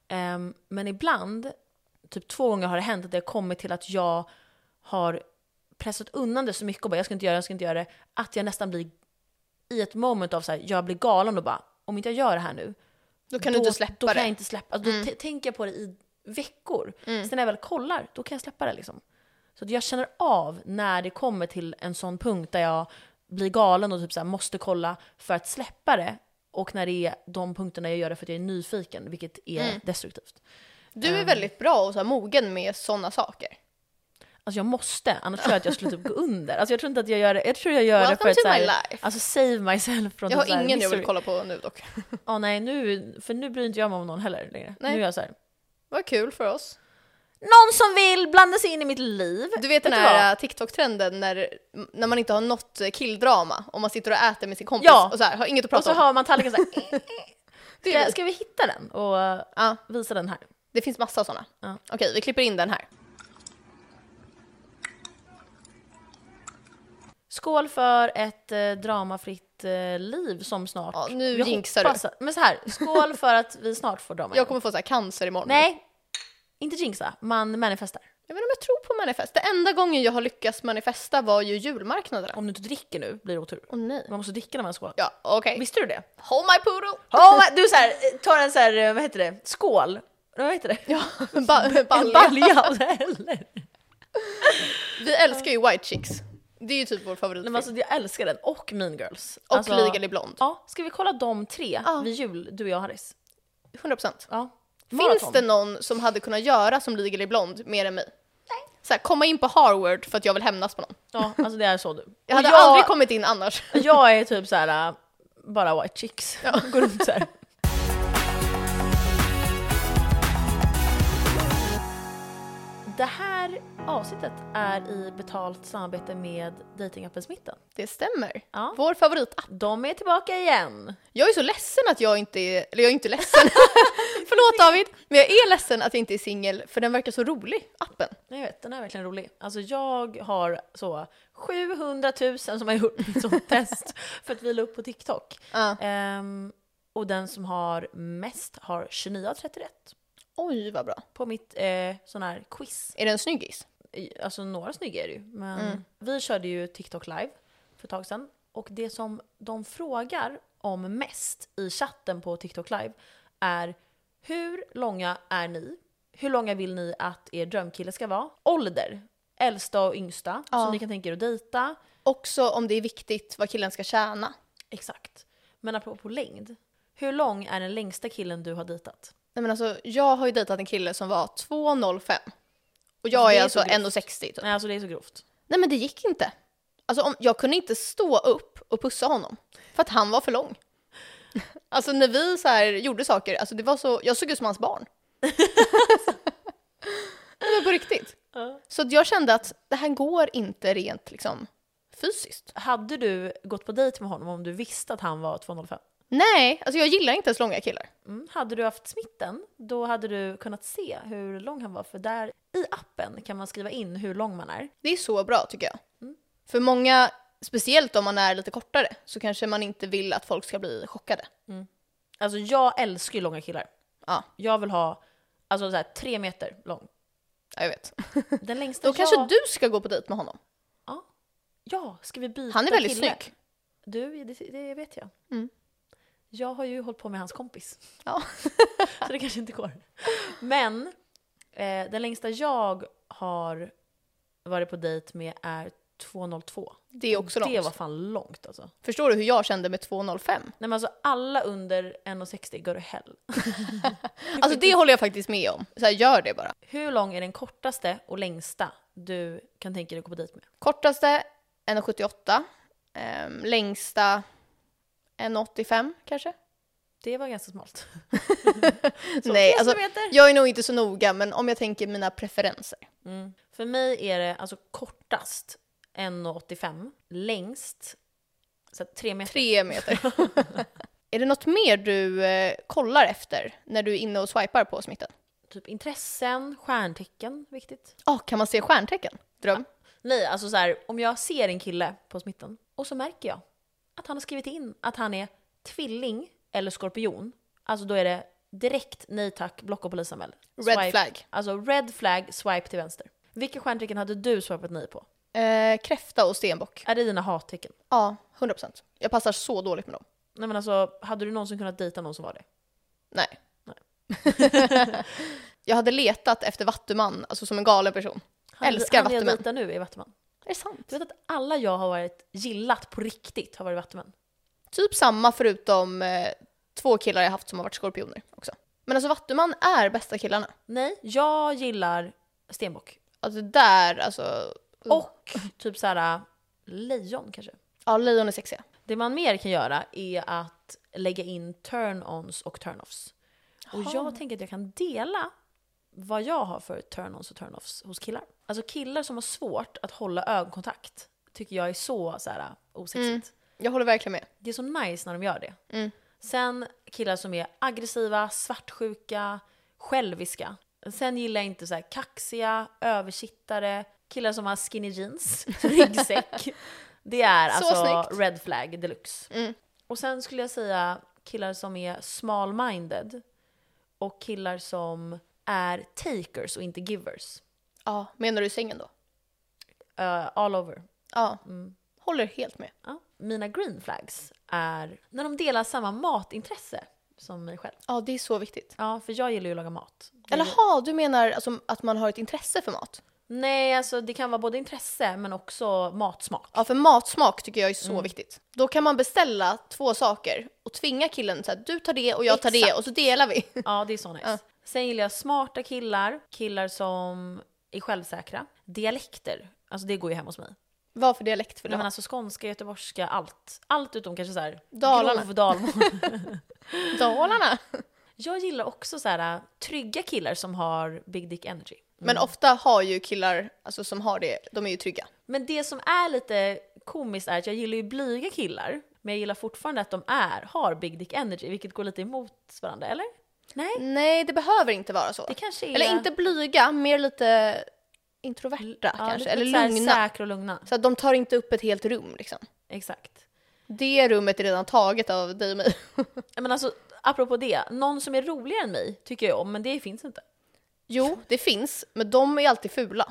Men ibland, typ 2 gånger har det hänt att det har kommit till att jag har pressat undan det så mycket och bara, jag ska inte göra det, att jag nästan blir i ett moment av såhär, jag blir galen och bara, om inte jag gör det här nu, då kan du inte släppa det. Då kan jag inte släppa. Då tänker jag på det i veckor. Sen när jag väl kollar, då kan jag släppa det liksom. Så att jag känner av när det kommer till en sån punkt där jag blir galen och typ så här måste kolla för att släppa det. Och när det är de punkterna jag gör det för att jag är nyfiken, vilket är destruktivt. Du är väldigt bra och så här mogen med såna saker. Alltså jag måste, annars tror jag att jag skulle typ gå under. Alltså jag tror inte att jag gör det. Jag tror jag gör det för att så här, alltså save myself från jag har typ ingen jag vill kolla på nu dock. Nej, nu bryr inte jag mig om någon heller längre. Nej. Nu är jag så här. Vad kul för oss. Någon som vill blanda sig in i mitt liv. Du vet den här TikTok-trenden när man inte har något killdrama och man sitter och äter med sin kompis och så här, har inget att prata om. Och så har man tallriken så här. Ska vi hitta den och visa den här? Det finns massa sådana. Okej, vi klipper in den här. Skål för ett dramafritt liv som snart... Ja, nu jinxar du. Men så här, skål för att vi snart får drama. Jag kommer få så här cancer imorgon. Nej, inte jinxa. Man manifestar. Jag vet inte om jag tror på manifest. Det enda gången jag har lyckats manifesta var ju julmarknaderna. Om du inte dricker nu blir det otur. Nej. Man måste dricka när man skål. Ja, okej. Visste du det? Hold my poodle! Du så här, tar en så här, vad heter det? Skål. Vad heter det? Ja, en balja. Vi älskar ju White Chicks. Det är ju typ vår favoritfilm. Men alltså, jag älskar den. Och Mean Girls. Och alltså, Legally Blonde. Ja, ska vi kolla de 3 vid jul, du och jag, Harris? 100%. Ja. Finns det någon som hade kunnat göra som Legally Blonde mer än mig? Nej. Så här, komma in på Harvard för att jag vill hämnas på någon. Ja, alltså det är så du. Jag hade aldrig kommit in annars. Jag är typ så här bara White Chicks. Ja. Går runt så här. Det här avsnittet är i betalt samarbete med datingappen Smitten. Det stämmer. Ja. Vår favoritapp. De är tillbaka igen. Jag är så ledsen att jag inte är... Eller jag är inte ledsen. Förlåt David. Men jag är ledsen att jag inte är singel. För den verkar så rolig, appen. Jag vet, den är verkligen rolig. Alltså jag har så 700 000 som har gjort ett sånt test för att vi la upp på TikTok. Och den som har mest har 29 av 30 rätt. Oj, vad bra. På mitt sån här quiz. Är det en snyggis? Alltså några snygga är det ju. Men vi körde ju TikTok live för ett tag sedan. Och det som de frågar om mest i chatten på TikTok live är: hur långa är ni? Hur långa vill ni att er drömkille ska vara? Ålder, äldsta och yngsta, som ni kan tänka er att dejta. Också om det är viktigt vad killen ska tjäna. Exakt. Men apropå längd, hur lång är den längsta killen du har dejtat? Nej, men alltså, jag har ju dejtat en kille som var 2,05. Och jag är alltså 1,60 typ. Nej, alltså det är så grovt. Nej, men det gick inte. Alltså, jag kunde inte stå upp och pussa honom. För att han var för lång. Alltså när vi så här gjorde saker, alltså det var så, jag såg ut som hans barn. Det var på riktigt. Så att jag kände att det här går inte rent liksom fysiskt. Hade du gått på dejt med honom om du visste att han var 2,05? Nej, alltså jag gillar inte ens långa killar. Hade du haft Smitten, då hade du kunnat se hur lång han var. För där i appen kan man skriva in hur lång man är. Det är så bra tycker jag. För många, speciellt om man är lite kortare, så kanske man inte vill att folk ska bli chockade. Alltså jag älskar ju långa killar. Ja. Jag vill ha alltså så här 3 meter lång. Ja, jag vet. Den längsta Då kanske du ska gå på dejt med honom. Ja, ska vi byta? Han är väldigt kille? snygg. Du, det vet jag. Jag har ju hållit på med hans kompis. Ja. Så det kanske inte går. Men den längsta jag har varit på dejt med är 2,02. Det är också långt. Det var fan långt alltså. Förstår du hur jag kände med 2,05? Nej men alltså alla under 1,60 går det hell. Alltså det håller jag faktiskt med om. Så här, gör det bara. Hur lång är den kortaste och längsta du kan tänka dig att gå på dejt med? Kortaste 1,78. Längsta 1,85 kanske. Det var ganska smalt. Nej, alltså jag är nog inte så noga, men om jag tänker mina preferenser. För mig är det alltså kortast 1,85. Längst så 3 meter. 3 meter. Är det något mer du kollar efter när du är inne och swipar på Smitten? Typ intressen, stjärntecken, viktigt. Kan man se stjärntecken? Dröm? Nej, alltså så här, om jag ser en kille på Smitten och så märker jag att han har skrivit in att han är tvilling eller skorpion. Alltså då är det direkt nej tack, block och polisanmäl. Red flag. Alltså red flag, swipe till vänster. Vilka stjärntecken hade du swipat nej på? Kräfta och stenbock. Är det dina hattecken? Ja, 100%. Jag passar så dåligt med dem. Nej men alltså, hade du någonsin kunnat dejta någon som var det? Nej. Jag hade letat efter Vattuman, alltså som en galen person. Älskar Vattuman. Han jag dejtar nu är Vattuman. Är det sant? Du vet att alla jag har varit gillat på riktigt har varit Vattuman. Typ samma förutom 2 killar jag haft som har varit skorpioner också. Men alltså Vattuman är bästa killarna. Nej, jag gillar stenbock. Alltså där, alltså... Och typ såhär lejon kanske. Ja, lejon är sexiga. Det man mer kan göra är att lägga in turn-ons och turn-offs. Och jag tänker att jag kan dela vad jag har för turn-ons och turn-offs hos killar. Alltså killar som har svårt att hålla ögonkontakt tycker jag är så här osexigt. Jag håller verkligen med. Det är så nice när de gör det. Sen killar som är aggressiva, svartsjuka, själviska. Sen gillar jag inte så här kaxiga, översittare, killar som har skinny jeans, ryggsäck. Det är alltså snyggt. Red flag deluxe. Och sen skulle jag säga killar som är small-minded och killar som är takers och inte givers. Ja, menar du i sängen då? All over. Ja, håller helt med. Ja. Mina green flags är när de delar samma matintresse som mig själv. Ja, det är så viktigt. Ja, för jag gillar ju att laga mat. Eller du menar alltså att man har ett intresse för mat? Nej, alltså det kan vara både intresse men också matsmak. Ja, för matsmak tycker jag är så viktigt. Då kan man beställa 2 saker och tvinga killen så här, du tar det och jag tar det och så delar vi. Ja, det är så nice. Sen gillar jag smarta killar, killar som är självsäkra. Dialekter, alltså det går ju hem hos mig. Vad för dialekt för det? Men alltså skånska, göteborgska, allt utom kanske så här Dalarna. grov dalmål. Dalarna? Jag gillar också så här trygga killar som har big dick energy. Men ofta har ju killar alltså, som har det, de är ju trygga. Men det som är lite komiskt är att jag gillar ju blyga killar, men jag gillar fortfarande att de har big dick energy, vilket går lite emot varandra, eller? Nej, det behöver inte vara så. Det kanske är... Eller inte blyga, mer lite introverta kanske, lite, eller lite lugna. Säkra och lugna. Så att de tar inte upp ett helt rum liksom. Exakt. Det rummet är redan taget av dig och mig. Men alltså, apropå det, någon som är roligare än mig tycker jag om, men det finns inte. Jo, det finns, men de är alltid fula.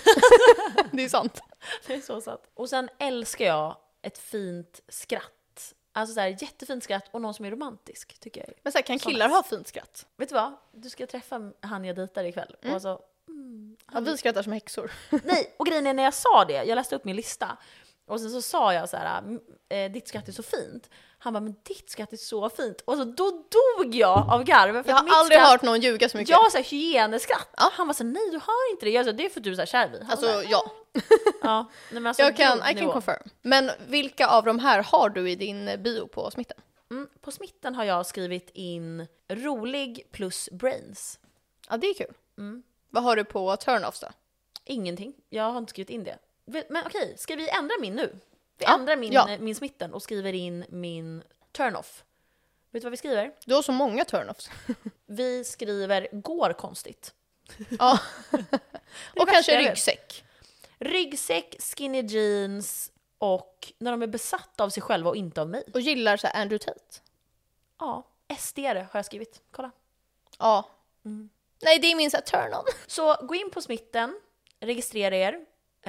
Det är sant. Det är så sant. Och sen älskar jag ett fint skratt. Alltså så här, jättefint skratt och någon som är romantisk, tycker jag. Men så här, kan killar ha fint skratt? Vet du vad? Du ska träffa han jag dejtar ikväll. Och alltså, Ja, vi skrattar som häxor. nej, och grejen är när jag sa det, jag läste upp min lista. Och sen så sa jag så här, ditt skratt är så fint. Han bara, men ditt skratt är så fint. Och så då dog jag av garv. För Jag har aldrig hört någon ljuga så mycket. Jag har så här hyeneskratt. Ja. Han var så här, nej du har inte det. Jag sa, det är för att du är så här kär i. Alltså, bara, ja. Ja, nej, men alltså, I can confirm. Men vilka av de här har du i din bio på smitten? På smitten har jag skrivit in rolig plus brains. Ja, det är kul. Vad har du på turn-offs då? Ingenting. Jag har inte skrivit in det. Men okej, ska vi ändra min nu? Vi ändrar min smitten och skriver in min turn-off. Vet du vad vi skriver? Du har så många turn-offs. Vi skriver går konstigt. Ja. Och kanske jag vet. ryggsäck. Ryggsäck, skinny jeans och när de är besatta av sig själva och inte av mig. Och gillar så här Andrew Tate. Ja, SD-are har jag skrivit. Kolla. Ja. Nej, det är min så här turn-on. Så gå in på smitten, registrera er.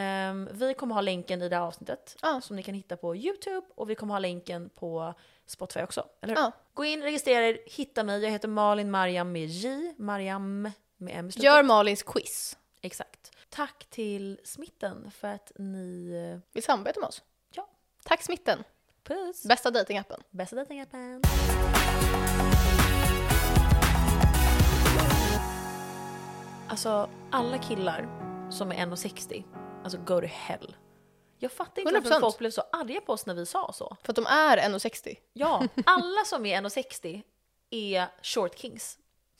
Vi kommer ha länken i det här avsnittet som ni kan hitta på YouTube, och vi kommer ha länken på Spotify också, eller hur? Gå in, registrera er, hitta mig. Jag heter Malin Mariam med J, Mariam med M. Gör Malins quiz. Exakt. Tack till smitten för att ni vill samarbeta med oss. Ja. Tack smitten. Puss. Bästa datingappen. Bästa datingappen. Alltså, alla killar som är 1,60, alltså go to hell. Jag fattar inte varför folk blev så arga på oss när vi sa så. För att de är 1,60. Ja, alla som är 1,60 är short kings.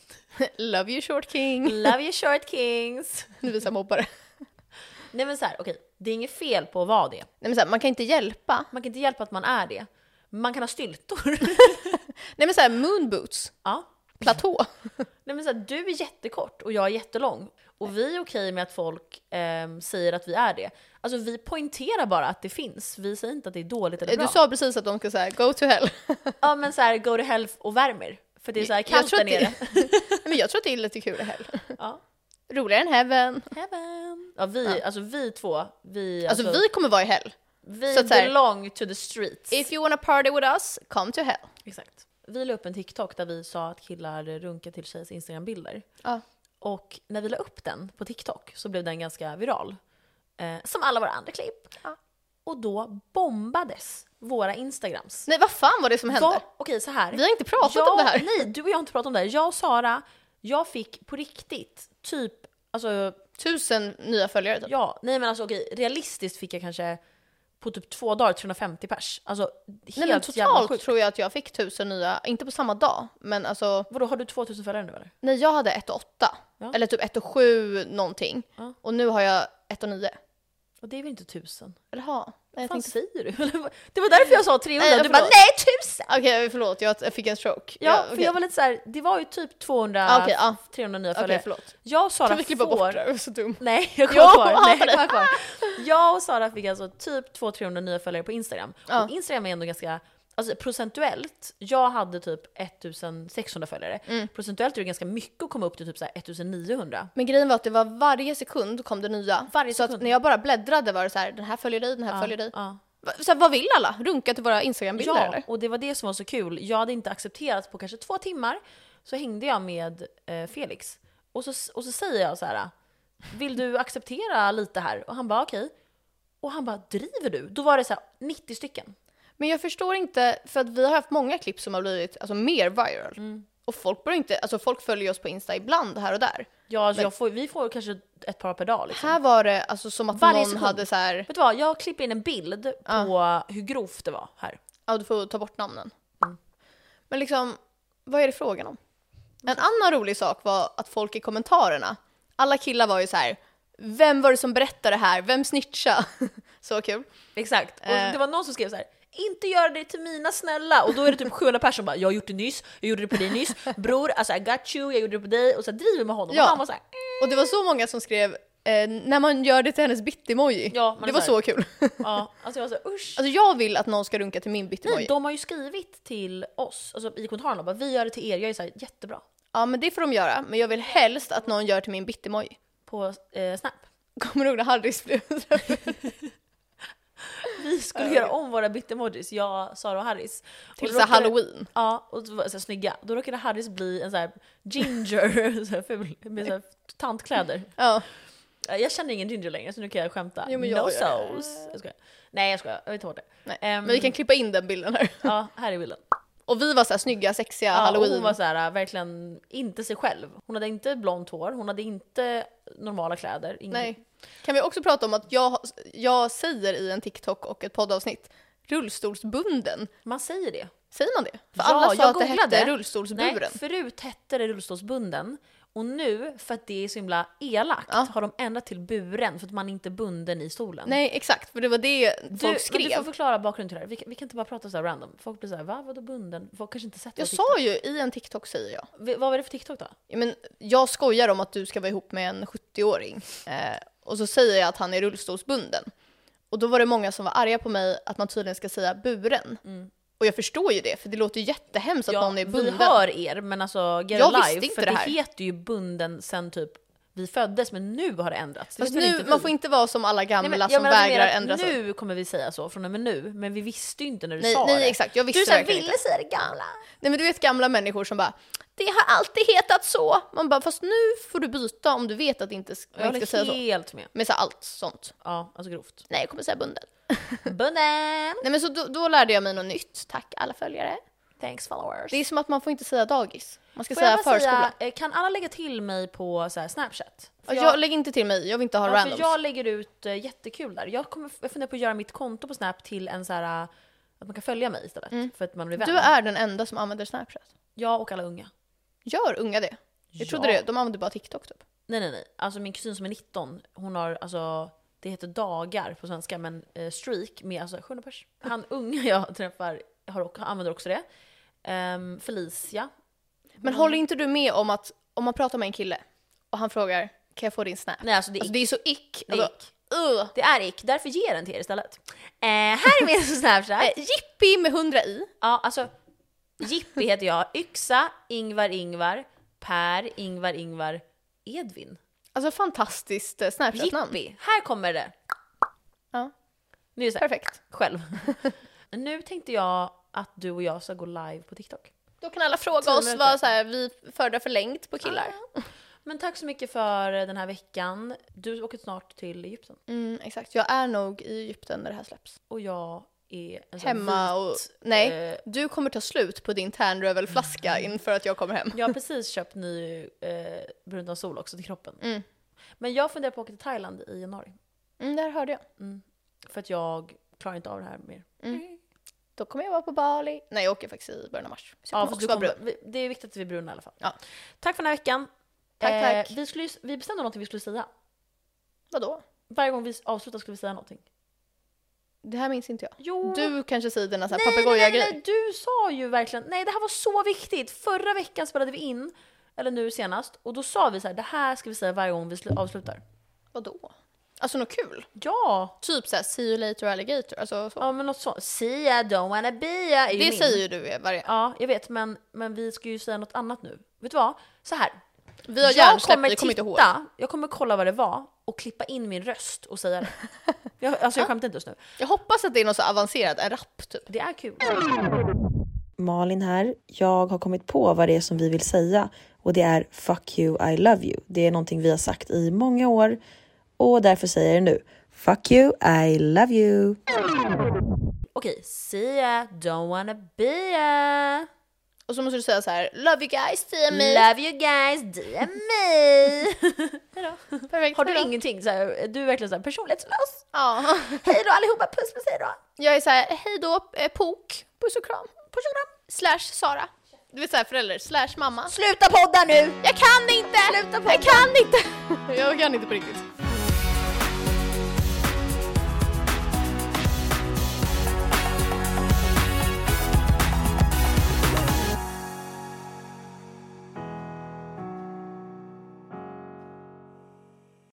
Love you short king. Love you short kings. Nu visar mobbare. Nej men så här, okej, det är inget fel på att vara det. Nej men så här, man kan inte hjälpa. Man kan inte hjälpa att man är det. Man kan ha styltor. Nej men så här, moon boots. Ja. Platå. Nej men så här, du är jättekort och jag är jättelång. Och vi är okej med att folk säger att vi är det. Alltså vi poängterar bara att det finns. Vi säger inte att det är dåligt eller bra. Du sa precis att de ska säga go to hell. Ja men så här, go to hell och värmer. För det är så här kallt där nere. Men jag tror att det är lite kul i hell. Ja. Roligare än heaven. Heaven. Ja, alltså vi två. Vi kommer vara i hell. Vi så belong to the streets. If you wanna party with us, come to hell. Exakt. Vi la upp en TikTok där vi sa att killar runkar till tjejs Instagram-bilder. Ja. Och när vi la upp den på TikTok så blev den ganska viral. Som alla våra andra klipp. Ja. Och då bombades våra Instagrams. Nej, vad fan var det som hände? Okej, så här. Vi har inte pratat om det här. Nej, du och jag har inte pratat om det här. Jag och Sara, jag fick på riktigt typ, alltså 1000 nya följare typ. Ja, nej men alltså okej, realistiskt fick jag kanske på typ 2 dagar 350 pers. Alltså helt nej, men totalt tror jag att jag fick 1000 nya, inte på samma dag, men alltså. Vadå, har du 2000 följare nu eller? Nej, jag hade 1,8. Ja. Eller typ 1,7 någonting. Ja. Och nu har jag 1,9. Och det är väl inte 1000? Eller ha? Vad fan säger du? Det var därför jag sa 300. Nej, du bara, nej 1000! Okej, förlåt, jag fick en stroke. Ja, för jag var lite såhär, det var ju typ 300 nya följare. Okej, förlåt. Jag och Sara klippa bort det, jag var så dum. Nej, jag kommer kvar. Jag och Sara fick alltså typ 200-300 nya följare på Instagram. Ja. Och Instagram är ändå ganska, alltså procentuellt, jag hade typ 1600 följare. Procentuellt är det ganska mycket att komma upp till typ så här 1900. Men grejen var att det var varje sekund kom det nya. Så att när jag bara bläddrade var det så här, den här följer dig, den här följer dig. Ja. Så vad vill alla? Runka till våra Instagram-bilder eller? Och det var det som var så kul. Jag hade inte accepterat på kanske 2 timmar. Så hängde jag med Felix. Och så säger jag så här, vill du acceptera lite här? Och han bara okej. Och han bara, driver du? Då var det så här 90 stycken. Men jag förstår inte, för att vi har haft många klipp som har blivit alltså, mer viral. Och folk börjar inte, alltså folk följer oss på Insta ibland här och där. Ja, alltså vi får kanske ett par per dag liksom. Här var det alltså som att någon hade så här. Vet du vad, jag klipper in en bild på hur grovt det var här. Ja, du får ta bort namnen. Men liksom, vad är det frågan om? En annan rolig sak var att folk i kommentarerna, alla killar var ju så här: vem var det som berättade det här? Vem snitcha? Så kul. Exakt. Och det var någon som skrev så här: inte göra det till mina snälla. Och då är det typ 700 personer som bara, jag har gjort det nyss, jag gjorde det på dig nyss, bror, alltså I got you, jag gjorde det på dig, och så driver med honom. Ja. Och han var så här, Och det var så många som skrev när man gör det till hennes bitt-emoji. Ja, det var så kul. ja, alltså jag var så här, usch. Alltså jag vill att någon ska runka till min bitt-emoji. Nej, de har ju skrivit till oss, alltså i kommentarerna bara, vi gör det till er, jag är så här, jättebra. Ja, men det får de göra. Men jag vill helst att någon gör till min bitt-emoji. På Snap. Kommer du ihåg när Harris blev Vi skulle göra om våra bit-emojis, jag, Sara och Harris. till Och så här Halloween? Ja, och så var så här, snygga. Då råkade Harris bli en så här ginger, så här ful, med så här tantkläder. Ja. Jag känner ingen ginger längre, så nu kan jag skämta. Jo, men no jag sauce. Jag skojar. Nej, jag skojar. Jag vet inte vad det. Nej. Men vi kan klippa in den bilden här. Ja, här är bilden. Och vi var så här snygga, sexiga Ja, Halloween. och hon var så här, verkligen inte sig själv. Hon hade inte blont hår, hon hade inte normala kläder. Nej. Kan vi också prata om att jag säger i en TikTok och ett poddavsnitt rullstolsbunden. Man säger det. Säger man det? För Ja, alla sa jag att det googlade. hette rullstolsburen. Nej, förut hette det rullstolsbunden. Och nu, för att det är så himla elakt, har de ändrat till buren för att man inte är bunden i stolen. Nej, exakt. För det var det folk skrev. Du får förklara bakgrunden till det här. Vi kan inte bara prata så här random. Folk blir så här, vadå bunden? Folk kanske inte sett Jag det på sa ju i en TikTok, säger jag. Vad var det för TikTok då? Ja, men jag skojar om att du ska vara ihop med en 70-åring. Och så säger jag att han är rullstolsbunden. Och då var det många som var arga på mig att man tydligen ska säga buren. Och jag förstår ju det, för det låter ju jättehemskt att någon är bunden. Vi hör er, men alltså get Jag a visste life, inte för det det här. heter ju bunden sen typ vi föddes, men nu har det ändrats. Det Fast visste nu, inte vi. man får inte vara som alla gamla Nej, men, som vägrar att ändra sig. nu kommer vi säga så från och med nu, men vi visste ju inte när du Nej, sa det. nej, exakt. Jag visste du så här, verkligen ville inte. säga det gamla. Nej, men du vet gamla människor som bara, det har alltid hetat så. Man bara, fast nu får du byta om du vet att det inte man Jag inte ska säga så. helt med. Med så här allt sånt. Ja, alltså grovt. Nej, jag kommer säga bunden. Bunden! Nej, men så då lärde jag mig något nytt. Tack alla följare. Thanks followers. Det är som att man får inte säga dagis. Man ska Får jag säga bara förskola. säga, kan alla lägga till mig på så här Snapchat? För Jag lägger inte till mig, jag vill inte ha för randoms. jag lägger ut jättekul där. Jag funderar på att göra mitt konto på Snap till en så här att man kan följa mig istället. För att man blir vän. Du är den enda som använder Snapchat. Jag och alla unga. Gör unga det? Jag trodde det, de använder bara TikTok typ. Nej. Alltså min kusin som är 19, hon har alltså, det heter dagar på svenska, men streak med alltså 700 pers. Han unga jag träffar använder också det. Felicia. Men håller inte du med om att om man pratar med en kille och han frågar, kan jag få din Snap? Nej, alltså det är så ick. Det är ick. Det är ick, därför ger den till er istället. Här är min Snapchat. Jippi med 100 i. Ja, alltså Jippi heter jag. Yxa, Ingvar, Per, Ingvar, Edvin. Alltså fantastiskt Snapchat-namn. Jippi, här kommer det. Ja. Nu är det så här, Perfekt. själv. Nu tänkte jag att du och jag ska gå live på TikTok. Då kan alla fråga oss vad så här, vi föredrar förlängt på killar. Men tack så mycket för den här veckan. Du åker snart till Egypten. Exakt, jag är nog i Egypten när det här släpps. Och jag är en sån hemma vit, och... Nej, du kommer ta slut på din Tanrövel-flaska inför att jag kommer hem. Jag har precis köpt ny brun sol också till kroppen. Men jag funderar på att åka till Thailand i januari. Där hörde jag. För att jag klarar inte av det här mer. Då kommer jag vara på Bali. Nej, jag åker faktiskt i början av mars. Så ja, fast det är viktigt att vi är bruna i alla fall. Ja. Tack för den här veckan. Tack. Vi bestämde någonting vi skulle säga. Vadå? Varje gång vi avslutar skulle vi säga någonting. Det här minns inte jag. Jo. Du kanske säger dina papegoja-grejer. Nej, du sa ju verkligen, nej det här var så viktigt. Förra veckan spelade vi in, eller nu senast, och då sa vi så här, det här ska vi säga varje gång vi avslutar. Vadå? Alltså något kul? Ja. Typ såhär, see you later alligator. Alltså, så. Ja, men något sånt. See ya, don't wanna be ya. Det säger ju du varje. Ja, jag vet, men vi ska ju säga något annat nu. Vet du vad? Så här. Vi har hjärnsläpp, vi kommer inte ihåg. Jag kommer kolla vad det var och klippa in min röst och säga det. Jag skämtar inte just nu. Jag hoppas att det är något så avancerat, en rap typ. Det är kul. Malin här. Jag har kommit på vad det är som vi vill säga. Och det är fuck you, I love you. Det är någonting vi har sagt i många år. Och därför säger jag det nu. Fuck you, I love you. Okej, see ya, don't wanna be ya. Och så måste du säga så här: love you guys, DM me. Love you guys, DM me. Hejdå. Perfekt. Har du ingenting så här, du är verkligen så här personlighetslös? Ja. Hej då allihopa, puss, hej då. Jag är så här: hej då, pok, puss och kram, /Sara. Du vet såhär förälder slash mamma. Sluta podda nu! Jag kan inte! Sluta podda! Jag kan inte! Jag kan inte på riktigt.